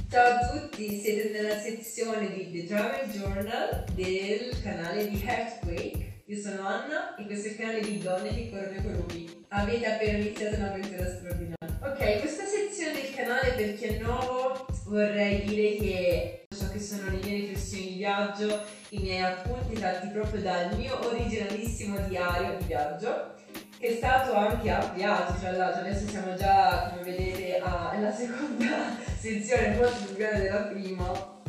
Ciao a tutti, siete nella sezione di The Travel Journal del canale di Heartquake. Io sono Anna e questo è il canale di donne che corrono i volumi. Avete appena iniziato un'avventura straordinaria. Ok, questa sezione del canale, per chi è nuovo, vorrei dire che ciò che sono le mie riflessioni di viaggio, i miei appunti tratti proprio dal mio originalissimo diario di viaggio, che è stato anche ampliato, tra l'altro adesso siamo già, come vedete, alla seconda sezione, molto più grande della prima,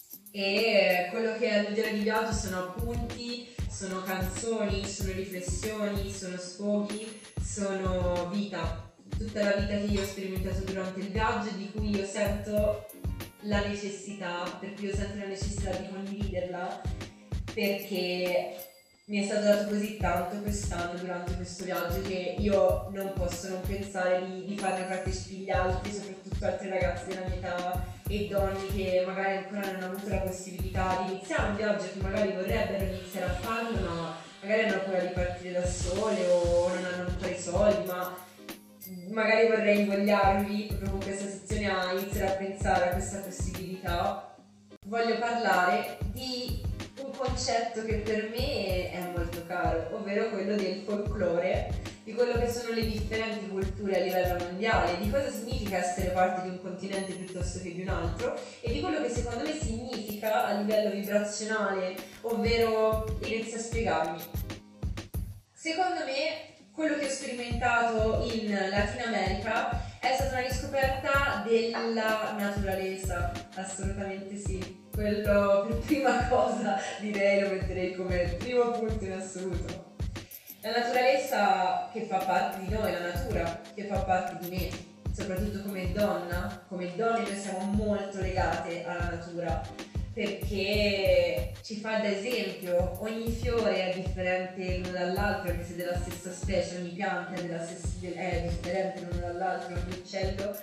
e quello che è il mio diario di viaggio sono appunti, sono canzoni, sono riflessioni, sono sfoghi, sono vita, tutta la vita che io ho sperimentato durante il viaggio e di cui io sento la necessità, per cui io sento la necessità di condividerla, perché mi è stato dato così tanto quest'anno durante questo viaggio che io non posso non pensare di farne partecipi gli altri, soprattutto altre ragazze della mia età e donne che magari ancora non hanno avuto la possibilità di iniziare un viaggio, che magari vorrebbero iniziare a farlo ma magari hanno paura di partire da sole o non hanno ancora i soldi, ma magari vorrei invogliarvi proprio con questa sezione a iniziare a pensare a questa possibilità. Voglio parlare di un concetto che per me è molto caro, ovvero quello del folklore, di quello che sono le differenti culture a livello mondiale, di cosa significa essere parte di un continente piuttosto che di un altro e di quello che secondo me significa a livello vibrazionale, ovvero inizio a spiegarmi. Secondo me quello che ho sperimentato in Latino America è stata una riscoperta della naturalezza, assolutamente sì. Quello per prima cosa direi, lo metterei come primo punto in assoluto. La naturalezza che fa parte di noi, la natura che fa parte di me, soprattutto come donna, come donne noi siamo molto legate alla natura, perché ci fa da esempio, ogni fiore è differente l'uno dall'altro, anche se della stessa specie, ogni pianta è differente l'uno dall'altro, ogni uccello,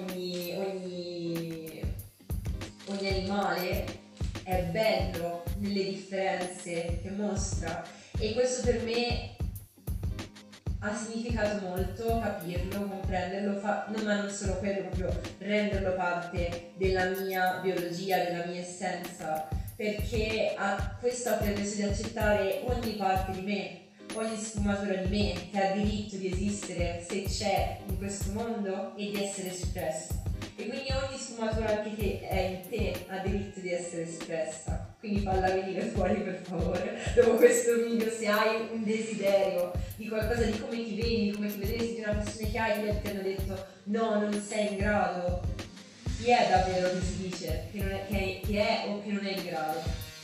ogni animale è bello nelle differenze che mostra, e questo per me ha significato molto capirlo, comprenderlo, ma non solo quello, proprio renderlo parte della mia biologia, della mia essenza, perché questo ha permesso di accettare ogni parte di me, ogni sfumatura di me che ha diritto di esistere se c'è in questo mondo e di essere espressa. E quindi ogni sfumatura anche che è in te ha diritto di essere espressa. Quindi falla venire fuori per favore. Dopo questo video, se hai un desiderio di qualcosa, di come ti vedi, di come ti vedresti, di una passione che hai, che ti hanno detto no, non sei in grado, chi è davvero che si dice che è o che non è in grado?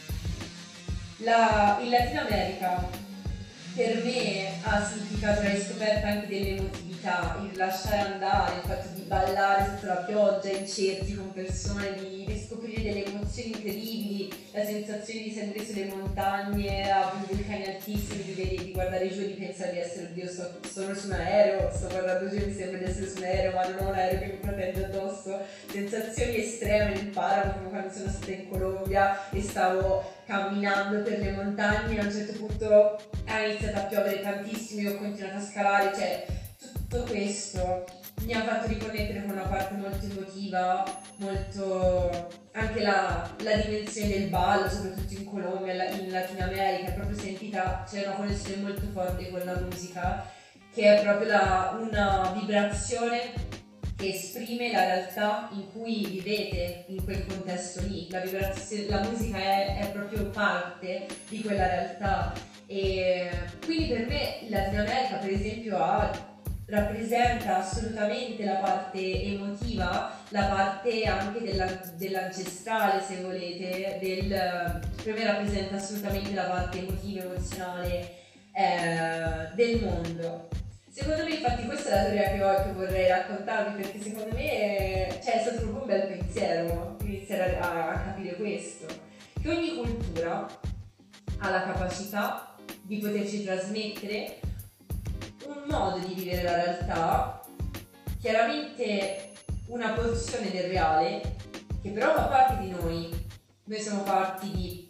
In Latino America per me ha significato la riscoperta anche dell'emotività, il lasciare andare, il fatto di ballare sotto la pioggia in cerchi con persone, di riscoprire delle emozioni incredibili, la sensazione di salire sulle montagne a vulcani altissimi, di guardare giù e di pensare di essere, oddio, sono su un aereo, sto guardando giù e mi sembra di essere su un aereo, ma non ho un aereo che mi protegge addosso, sensazioni estreme nel paramo, come quando sono stata in Colombia e stavo camminando per le montagne e a un certo punto ha iniziato a piovere tantissimo e ho continuato a scalare, cioè tutto questo mi ha fatto riconnettere con una parte molto emotiva, molto anche la dimensione del ballo, soprattutto in Colombia, in Latino America, è proprio sentita, c'è una connessione molto forte con la musica, che è proprio una vibrazione che esprime la realtà in cui vivete in quel contesto lì. La musica è proprio parte di quella realtà, e quindi per me la Latino America per esempio rappresenta assolutamente la parte emotiva, la parte anche dell'ancestrale, se volete, per me rappresenta assolutamente la parte emotiva, emozionale del mondo. Secondo me infatti questa è la teoria che vorrei raccontarvi, perché secondo me è stato proprio un bel pensiero iniziare a capire questo, che ogni cultura ha la capacità di poterci trasmettere un modo di vivere la realtà, chiaramente una porzione del reale, che però fa parte di noi. Noi siamo fatti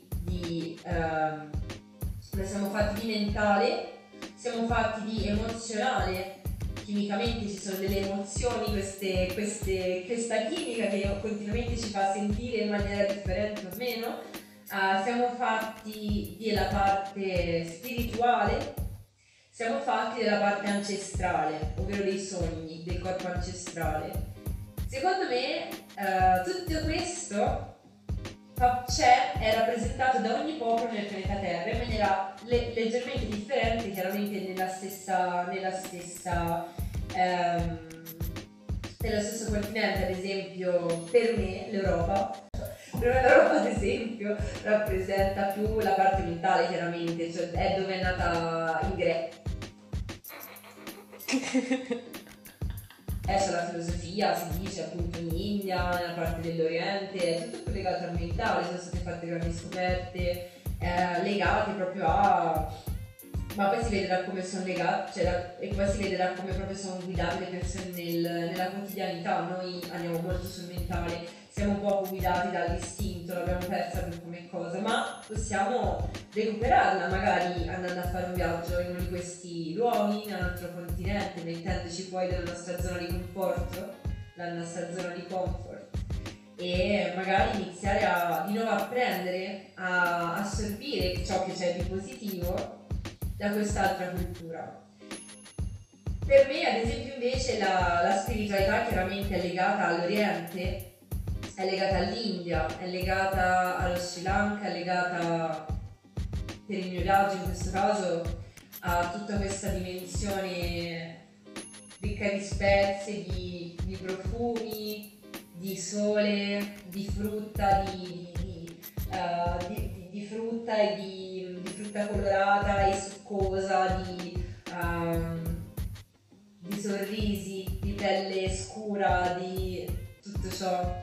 noi siamo fatti di mentale, siamo fatti di emozionale, chimicamente ci sono delle emozioni, questa chimica che continuamente ci fa sentire in maniera differente o meno. Siamo fatti della parte spirituale, siamo fatti della parte ancestrale, ovvero dei sogni, del corpo ancestrale. Secondo me tutto questo è rappresentato da ogni popolo nel pianeta Terra in maniera leggermente differente, chiaramente nello stesso continente. Ad esempio, per me l'Europa ad esempio rappresenta più la parte mentale, chiaramente, cioè è dove è nata in greco. C'è la filosofia, si dice appunto in India, nella parte dell'Oriente, è tutto più legato al mentale, sono state fatte grandi scoperte legate proprio ma poi si vede da come sono legate, e poi si vede da come proprio sono guidate le persone nella quotidianità. Noi andiamo molto sul mentale, siamo un po' guidati dall'istinto, l'abbiamo persa per come cosa, ma possiamo recuperarla magari andando a fare un viaggio in uno di questi luoghi, in un altro continente, mettendoci fuori dalla nostra zona di conforto, dalla nostra zona di comfort, e magari iniziare di nuovo a prendere, a assorbire ciò che c'è di positivo da quest'altra cultura. Per me, ad esempio, invece la spiritualità chiaramente è legata all'Oriente, è legata all'India, è legata allo Sri Lanka, è legata, per il mio viaggio in questo caso, a tutta questa dimensione ricca di spezie, di profumi, di sole, di frutta, di frutta e di frutta colorata e succosa, di sorrisi, di pelle scura, di tutto ciò.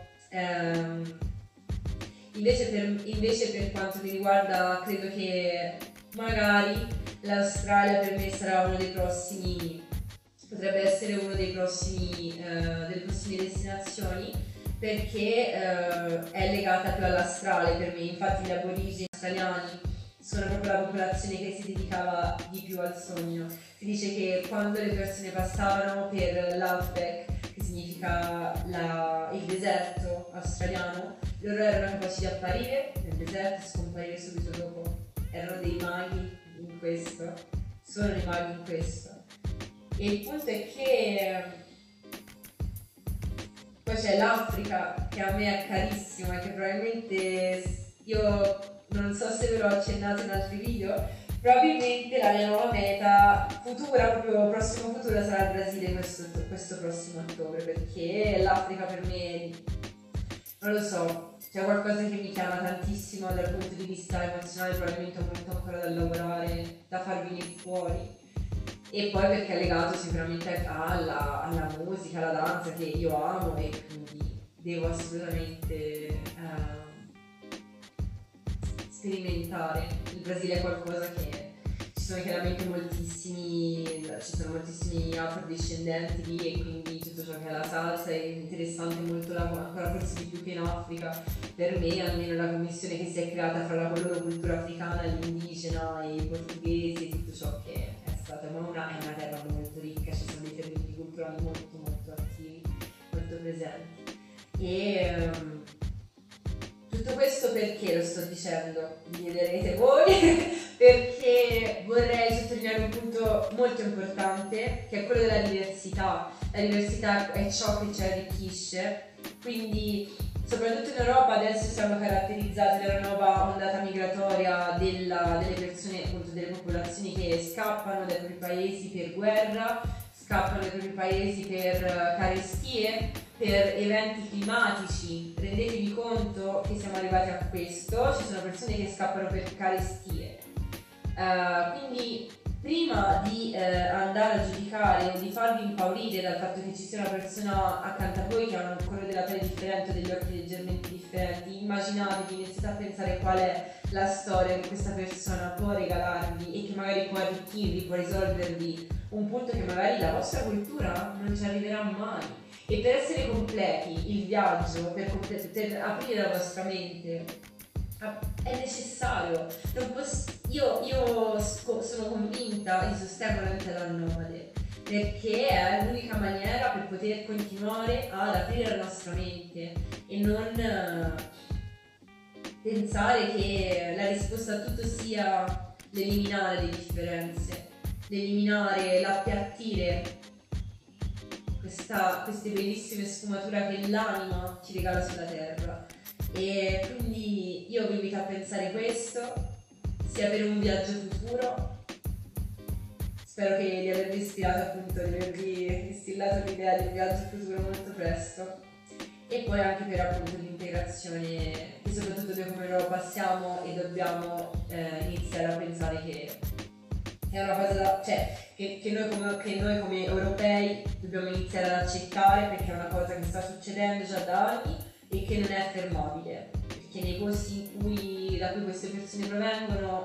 Invece per quanto mi riguarda, credo che magari l'Australia per me sarà potrebbe essere uno delle prossime destinazioni, perché è legata più all'astrale per me. Infatti gli aborigeni australiani sono proprio la popolazione che si dedicava di più al sogno. Si dice che quando le persone passavano per l'outback, che significa il deserto australiano, loro erano capaci di apparire nel deserto e scomparire subito dopo. Erano dei maghi in questo, sono dei maghi in questo. E il punto è che poi c'è l'Africa, che a me è carissima, che probabilmente io non so se ve l'ho accennato in altri video, probabilmente la mia nuova meta futura, proprio prossimo futuro, sarà il Brasile questo prossimo ottobre, perché l'Africa per me, non lo so, c'è qualcosa che mi chiama tantissimo dal punto di vista emozionale, probabilmente ho molto ancora da lavorare, da far venire fuori. E poi perché è legato sicuramente alla musica, alla danza, che io amo, e quindi devo assolutamente sperimentare. Il Brasile è qualcosa che ci sono chiaramente moltissimi afrodiscendenti lì, e quindi tutto ciò che è la salsa è interessante, molto ancora forse di più che in Africa. Per me, almeno la commissione che si è creata fra la loro cultura africana, l'indigena e i portoghesi, e tutto ciò che è stata, ma è una terra molto ricca, ci sono dei territori culturali molto molto attivi, molto presenti. E tutto questo perché lo sto dicendo? Mi chiederete voi. Perché vorrei sottolineare un punto molto importante, che è quello della diversità. La diversità è ciò che ci arricchisce, quindi soprattutto in Europa adesso siamo caratterizzati dalla nuova ondata migratoria delle persone, appunto delle popolazioni che scappano dai propri paesi per guerra, scappano dai propri paesi per carestie, per eventi climatici. Rendetevi conto che siamo arrivati a questo, ci sono persone che scappano per carestie. Quindi prima di andare a giudicare o di farvi impaurire dal fatto che ci sia una persona accanto a voi che ha un colore della pelle differente o degli occhi leggermente differenti, immaginatevi, iniziate a pensare qual è la storia che questa persona può regalarvi e che magari può arricchirvi, può risolvervi un punto che magari la vostra cultura non ci arriverà mai. E per essere completi, il viaggio, per aprire la vostra mente, è necessario. Io sono convinta e sostengo la vita da nomade, perché è l'unica maniera per poter continuare ad aprire la nostra mente e non pensare che la risposta a tutto sia l'eliminare le differenze, l'eliminare, l'appiattire queste bellissime sfumature che l'anima ci regala sulla terra. E quindi io vi invito a pensare questo, sia per un viaggio futuro. Spero di avervi ispirato, appunto, di avervi instillato l'idea di un viaggio futuro molto presto. E poi anche per appunto l'integrazione, che soprattutto noi come Europa siamo e dobbiamo iniziare a pensare che è una cosa che noi come europei dobbiamo iniziare ad accettare, perché è una cosa che sta succedendo già da anni e che non è fermabile, perché nei posti da cui queste persone provengono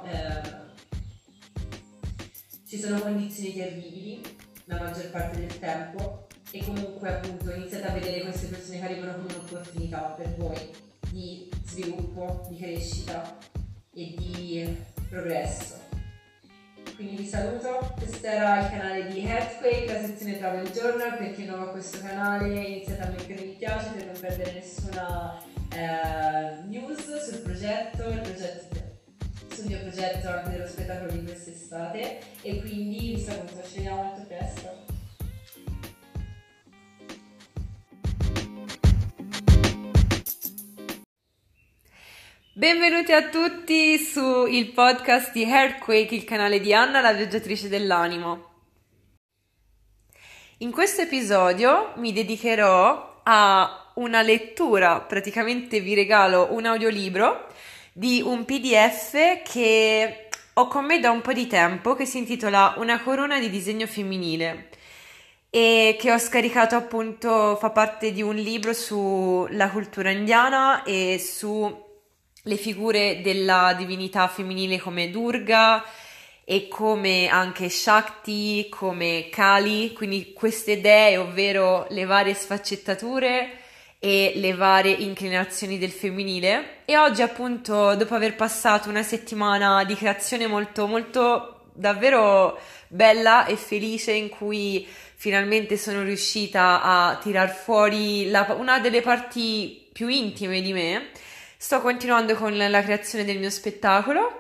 ci sono condizioni terribili la maggior parte del tempo, e comunque appunto iniziate a vedere queste persone che arrivano come un'opportunità per voi di sviluppo, di crescita e di progresso. Quindi vi saluto, questo era il canale di Earthquake, la sezione Travel Journal. Per chi è nuovo a questo canale iniziate a mettere mi piace per non perdere nessuna news sul sul mio progetto anche dello spettacolo di quest'estate, e quindi vi saluto, ci vediamo molto presto. Benvenuti a tutti su il podcast di Earthquake, il canale di Anna, la viaggiatrice dell'animo. In questo episodio mi dedicherò a una lettura, praticamente vi regalo un audiolibro di un PDF che ho con me da un po' di tempo, che si intitola Una corona di disegno femminile e che ho scaricato, appunto, fa parte di un libro sulla cultura indiana e su le figure della divinità femminile come Durga e come anche Shakti, come Kali, quindi queste dee, ovvero le varie sfaccettature e le varie inclinazioni del femminile. E oggi, appunto, dopo aver passato una settimana di creazione molto molto davvero bella e felice, in cui finalmente sono riuscita a tirar fuori una delle parti più intime di me, sto continuando con la creazione del mio spettacolo.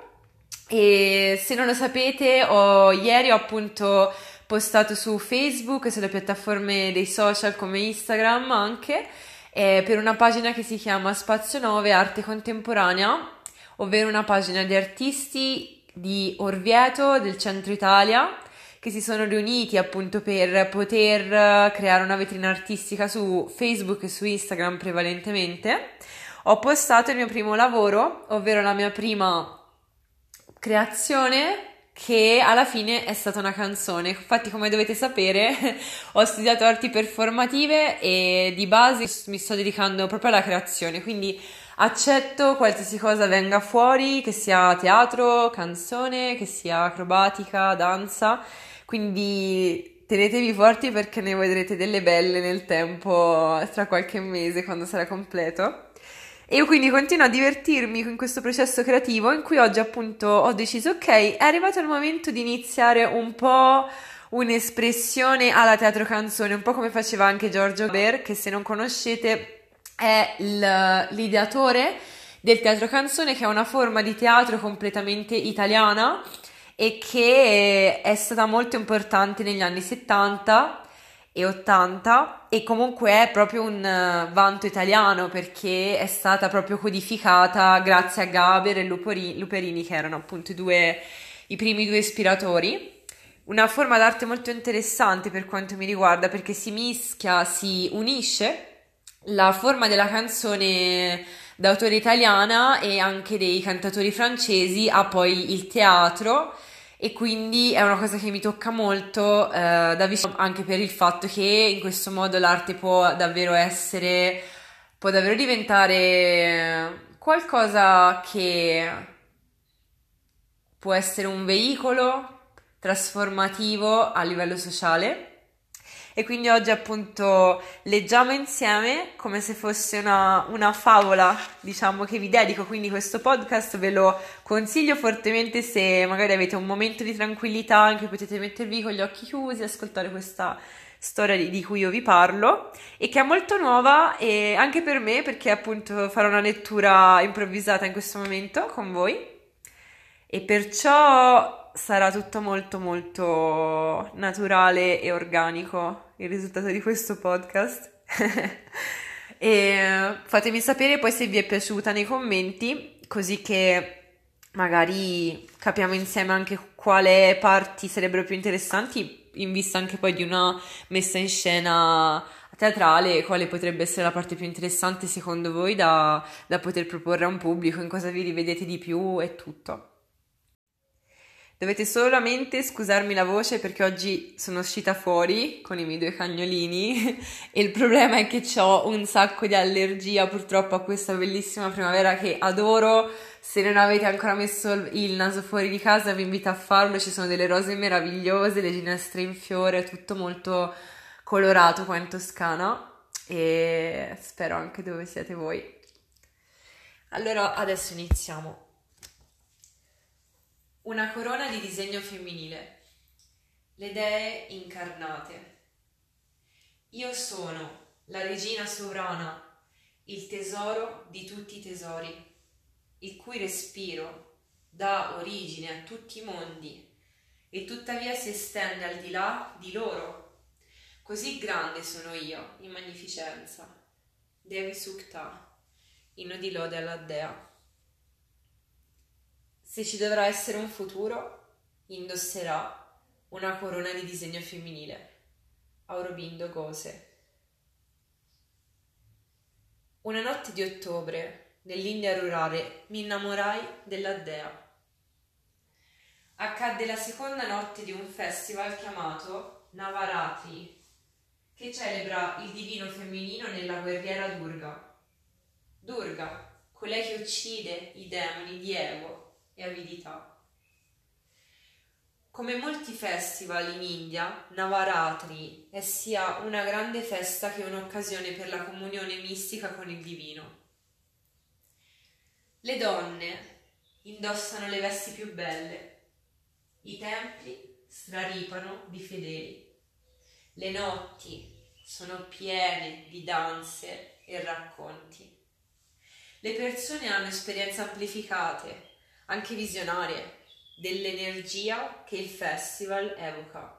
E se non lo sapete, ieri ho appunto postato su Facebook e sulle piattaforme dei social come Instagram anche, per una pagina che si chiama Spazio 9 Arte Contemporanea, ovvero una pagina di artisti di Orvieto, del centro Italia, che si sono riuniti appunto per poter creare una vetrina artistica su Facebook e su Instagram prevalentemente. Ho postato il mio primo lavoro, ovvero la mia prima creazione, che alla fine è stata una canzone. Infatti, come dovete sapere, ho studiato arti performative e di base mi sto dedicando proprio alla creazione, quindi accetto qualsiasi cosa venga fuori, che sia teatro, canzone, che sia acrobatica, danza, quindi tenetevi forti perché ne vedrete delle belle nel tempo, tra qualche mese, quando sarà completo. E io quindi continuo a divertirmi in questo processo creativo, in cui oggi appunto ho deciso, ok, è arrivato il momento di iniziare un po' un'espressione alla teatro canzone, un po' come faceva anche Giorgio Gaber, che se non conoscete è l'ideatore del teatro canzone, che è una forma di teatro completamente italiana e che è stata molto importante negli anni 70 e 80, e comunque è proprio un vanto italiano, perché è stata proprio codificata grazie a Gaber e Luperini, che erano appunto i primi due ispiratori. Una forma d'arte molto interessante per quanto mi riguarda, perché si unisce la forma della canzone d'autore italiana e anche dei cantatori francesi a poi il teatro. E quindi è una cosa che mi tocca molto da vicino, anche per il fatto che in questo modo l'arte può davvero diventare qualcosa che può essere un veicolo trasformativo a livello sociale. e quindi oggi appunto leggiamo insieme come se fosse una favola, diciamo, che vi dedico, quindi questo podcast ve lo consiglio fortemente se magari avete un momento di tranquillità in cui potete mettervi con gli occhi chiusi, ascoltare questa storia di cui io vi parlo e che è molto nuova e anche per me perché appunto farò una lettura improvvisata in questo momento con voi e perciò sarà tutto molto molto naturale e organico il risultato di questo podcast. E fatemi sapere poi se vi è piaciuta nei commenti, così che magari capiamo insieme anche quale parti sarebbero più interessanti in vista anche poi di una messa in scena teatrale, quale potrebbe essere la parte più interessante secondo voi da poter proporre a un pubblico, in cosa vi rivedete di più e tutto. Dovete solamente scusarmi la voce perché oggi sono uscita fuori con i miei 2 cagnolini e il problema è che ho un sacco di allergia purtroppo a questa bellissima primavera che adoro. Se non avete ancora messo il naso fuori di casa vi invito a farlo, ci sono delle rose meravigliose, le ginestre in fiore, tutto molto colorato qua in Toscana e spero anche dove siete voi. Allora adesso iniziamo. Una corona di disegno femminile. Le dee incarnate. Io sono la regina sovrana, il tesoro di tutti i tesori, il cui respiro dà origine a tutti i mondi e tuttavia si estende al di là di loro. Così grande sono io in magnificenza. Devi Sukta, inno di lode alla dea. Se ci dovrà essere un futuro, indosserà una corona di disegno femminile. Aurobindo Gose. Una notte di ottobre, nell'India rurale, mi innamorai della dea. Accadde la seconda notte di un festival chiamato Navaratri, che celebra il divino femminino nella guerriera Durga. Durga, colei che uccide i demoni di ego e avidità. Come molti festival in India, Navaratri è sia una grande festa che un'occasione per la comunione mistica con il divino. Le donne indossano le vesti più belle, i templi straripano di fedeli, le notti sono piene di danze e racconti. Le persone hanno esperienze amplificate, anche visionarie, dell'energia che il festival evoca.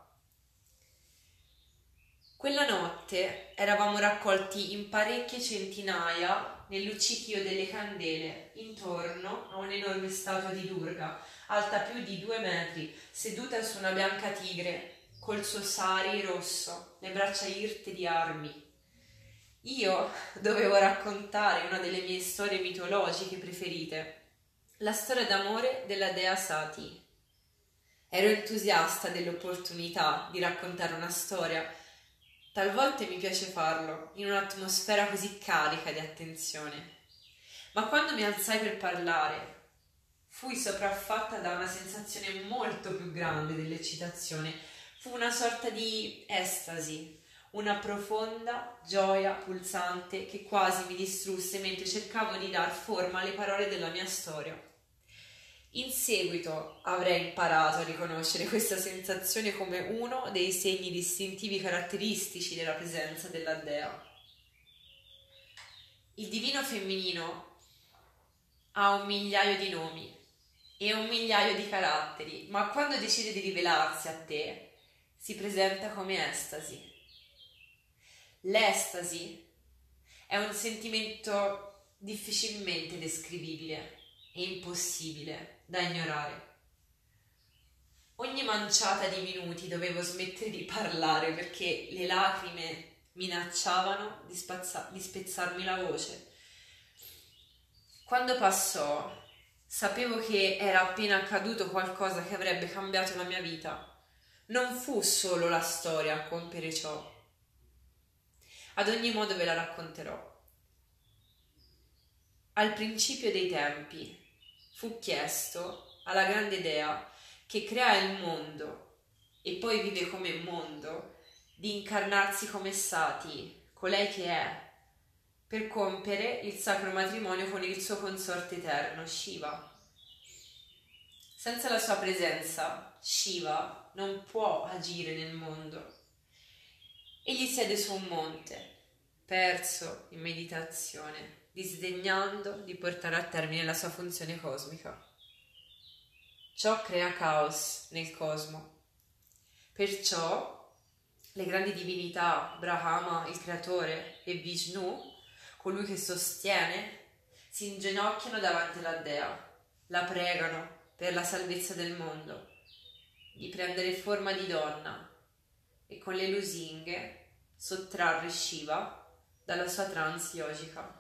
Quella notte eravamo raccolti in parecchie centinaia nel luccichio delle candele intorno a un'enorme statua di Durga, alta più di 2 metri, seduta su una bianca tigre, col suo sari rosso, le braccia irte di armi. Io dovevo raccontare una delle mie storie mitologiche preferite, la storia d'amore della dea Sati. Ero entusiasta dell'opportunità di raccontare una storia. Talvolta mi piace farlo, in un'atmosfera così carica di attenzione. Ma quando mi alzai per parlare, fui sopraffatta da una sensazione molto più grande dell'eccitazione. Fu una sorta di estasi, una profonda gioia pulsante che quasi mi distrusse mentre cercavo di dar forma alle parole della mia storia. In seguito avrei imparato a riconoscere questa sensazione come uno dei segni distintivi caratteristici della presenza della dea. Il divino femminino ha 1 migliaio di nomi e 1 migliaio di caratteri, ma quando decide di rivelarsi a te, si presenta come estasi. L'estasi è un sentimento difficilmente descrivibile e impossibile da ignorare. Ogni manciata di minuti dovevo smettere di parlare perché le lacrime minacciavano di spezzarmi la voce. Quando passò, sapevo che era appena accaduto qualcosa che avrebbe cambiato la mia vita. Non fu solo la storia a compiere ciò. Ad ogni modo ve la racconterò. Al principio dei tempi fu chiesto alla grande dea che crea il mondo e poi vive come mondo di incarnarsi come Sati, colei che è, per compiere il sacro matrimonio con il suo consorte eterno, Shiva. Senza la sua presenza, Shiva non può agire nel mondo. Egli siede su un monte, perso in meditazione, disdegnando di portare a termine la sua funzione cosmica. Ciò crea caos nel cosmo. Perciò le grandi divinità, Brahma, il creatore, e Vishnu, colui che sostiene, si inginocchiano davanti alla dea, la pregano per la salvezza del mondo, di prendere forma di donna e con le lusinghe sottrarre Shiva dalla sua trance yogica.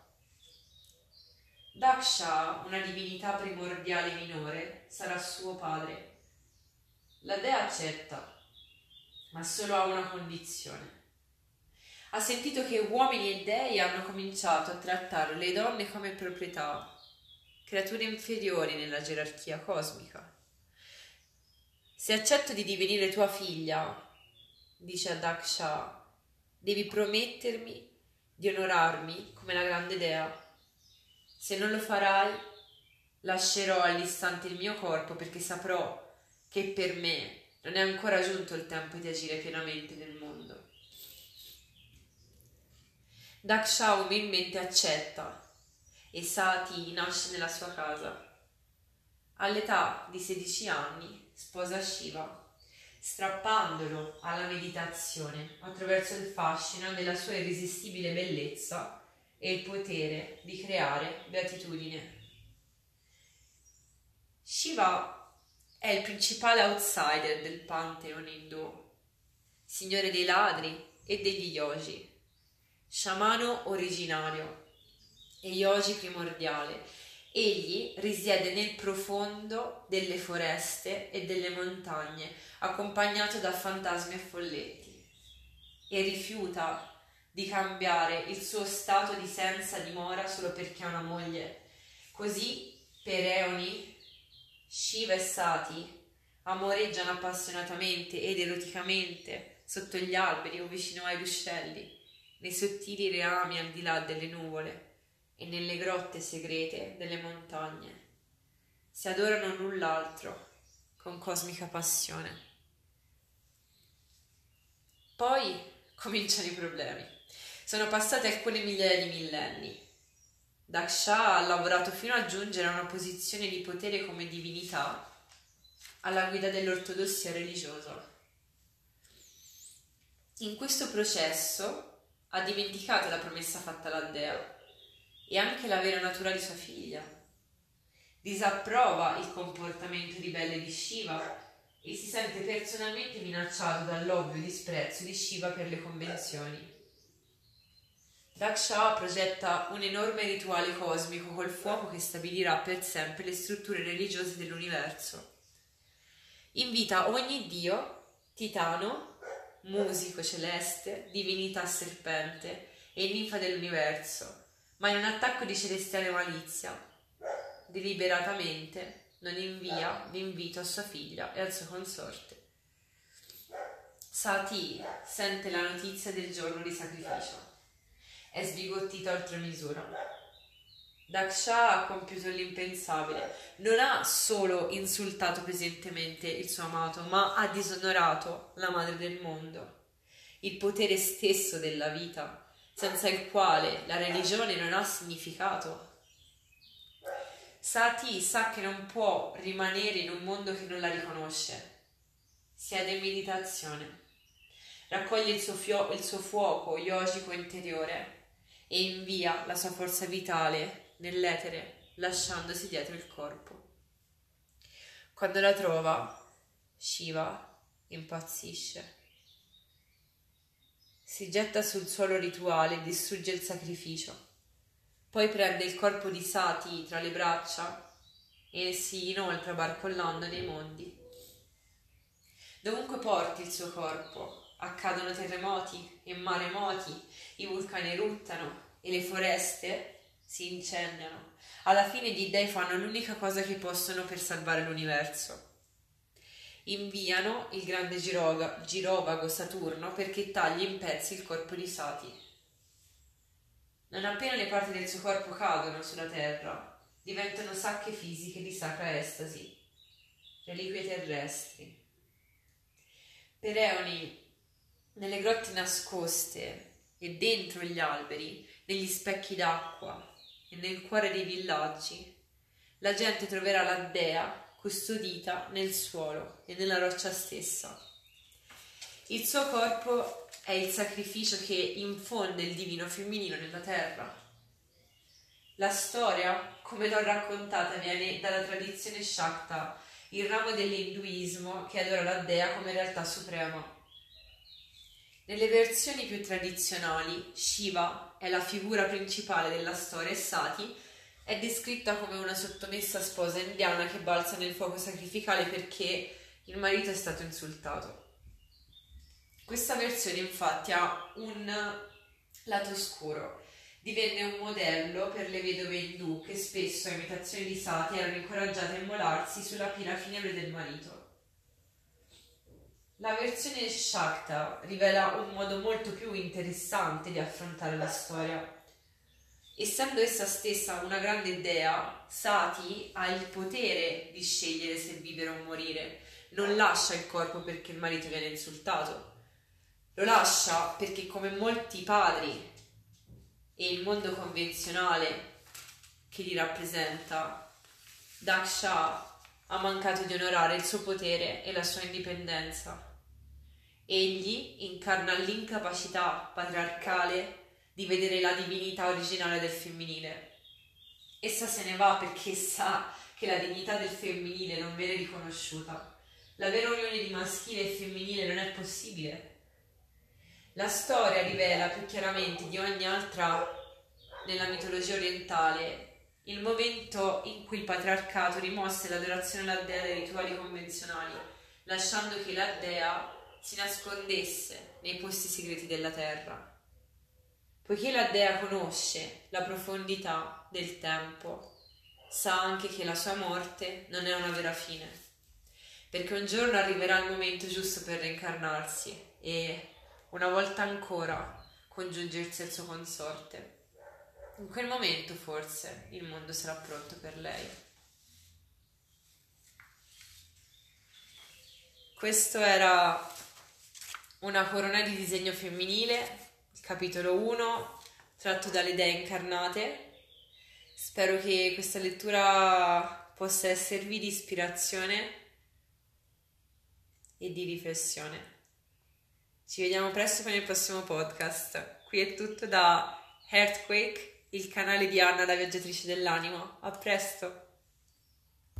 Daksha, una divinità primordiale minore, sarà suo padre. La dea accetta, ma solo a una condizione. Ha sentito che uomini e dei hanno cominciato a trattare le donne come proprietà, creature inferiori nella gerarchia cosmica. Se accetto di divenire tua figlia, dice a Daksha, devi promettermi di onorarmi come la grande dea. Se non lo farai, lascerò all'istante il mio corpo, perché saprò che per me non è ancora giunto il tempo di agire pienamente nel mondo. Daksha umilmente accetta e Sati nasce nella sua casa. All'età di 16 anni sposa Shiva, strappandolo alla meditazione attraverso il fascino della sua irresistibile bellezza e il potere di creare beatitudine. Shiva è il principale outsider del pantheon indù, signore dei ladri e degli yogi, sciamano originario e yogi primordiale. Egli risiede nel profondo delle foreste e delle montagne, accompagnato da fantasmi e folletti, e rifiuta di cambiare il suo stato di senza dimora solo perché ha una moglie. Così, per eoni, Shiva e Sati amoreggiano appassionatamente ed eroticamente sotto gli alberi o vicino ai ruscelli, nei sottili reami al di là delle nuvole e nelle grotte segrete delle montagne. Si adorano null'altro con cosmica passione. Poi cominciano i problemi. Sono passate alcune migliaia di millenni. Daksha ha lavorato fino a giungere a una posizione di potere come divinità alla guida dell'ortodossia religiosa. In questo processo ha dimenticato la promessa fatta alla dea e anche la vera natura di sua figlia. Disapprova il comportamento ribelle di Shiva e si sente personalmente minacciato dall'ovvio disprezzo di Shiva per le convenzioni. Daksha progetta un enorme rituale cosmico col fuoco che stabilirà per sempre le strutture religiose dell'universo. Invita ogni dio, titano, musico celeste, divinità serpente e ninfa dell'universo, ma in un attacco di celestiale malizia, deliberatamente non invia l'invito a sua figlia e al suo consorte. Sati sente la notizia del giorno di sacrificio. È sbigottita oltre misura. Daksha ha compiuto l'impensabile. Non ha solo insultato pesantemente il suo amato, ma ha disonorato la madre del mondo, il potere stesso della vita, senza il quale la religione non ha significato. Sati sa che non può rimanere in un mondo che non la riconosce. Siede in meditazione, raccoglie il suo fuoco yogico interiore e invia la sua forza vitale nell'etere, lasciandosi dietro il corpo. Quando la trova, Shiva impazzisce. Si getta sul suolo rituale e distrugge il sacrificio. Poi prende il corpo di Sati tra le braccia e si inoltra barcollando nei mondi. Dovunque porti il suo corpo, accadono terremoti e maremoti, i vulcani eruttano e le foreste si incendiano. Alla fine gli dei fanno l'unica cosa che possono per salvare l'universo. inviano il grande girovago Saturno perché tagli in pezzi il corpo di Sati. Non appena le parti del suo corpo cadono sulla terra, diventano sacche fisiche di sacra estasi, reliquie terrestri. Per eoni, nelle grotte nascoste e dentro gli alberi, negli specchi d'acqua e nel cuore dei villaggi, la gente troverà la dea custodita nel suolo e nella roccia stessa. Il suo corpo è il sacrificio che infonde il divino femminile nella terra. La storia, come l'ho raccontata, viene dalla tradizione Shakta, il ramo dell'induismo che adora la dea come realtà suprema. Nelle versioni più tradizionali, Shiva è la figura principale della storia e Sati è descritta come una sottomessa sposa indiana che balza nel fuoco sacrificale perché il marito è stato insultato. Questa versione infatti ha un lato oscuro. Divenne un modello per le vedove indù che spesso, a imitazione di Sati, erano incoraggiate a immolarsi sulla pira funebre del marito. La versione Shakta rivela un modo molto più interessante di affrontare la storia. Essendo essa stessa una grande dea, Sati ha il potere di scegliere se vivere o morire. Non lascia il corpo perché il marito viene insultato. Lo lascia perché, come molti padri e il mondo convenzionale che li rappresenta, Daksha ha mancato di onorare il suo potere e la sua indipendenza. Egli incarna l'incapacità patriarcale di vedere la divinità originale del femminile. Essa se ne va perché sa che la dignità del femminile non viene riconosciuta. La vera unione di maschile e femminile non è possibile. La storia rivela più chiaramente di ogni altra nella mitologia orientale il momento in cui il patriarcato rimosse l'adorazione alla dea dai rituali convenzionali, lasciando che la dea si nascondesse nei posti segreti della terra. Poiché la dea conosce la profondità del tempo, sa anche che la sua morte non è una vera fine, perché un giorno arriverà il momento giusto per reincarnarsi e, una volta ancora, congiungersi al suo consorte. In quel momento, forse, il mondo sarà pronto per lei. Questo era una corona di disegno femminile, il capitolo 1, tratto dalle dee incarnate. Spero che questa lettura possa esservi di ispirazione e di riflessione. Ci vediamo presto con il prossimo podcast. Qui è tutto da Heartquake, il canale di Anna, la viaggiatrice dell'anima. A presto!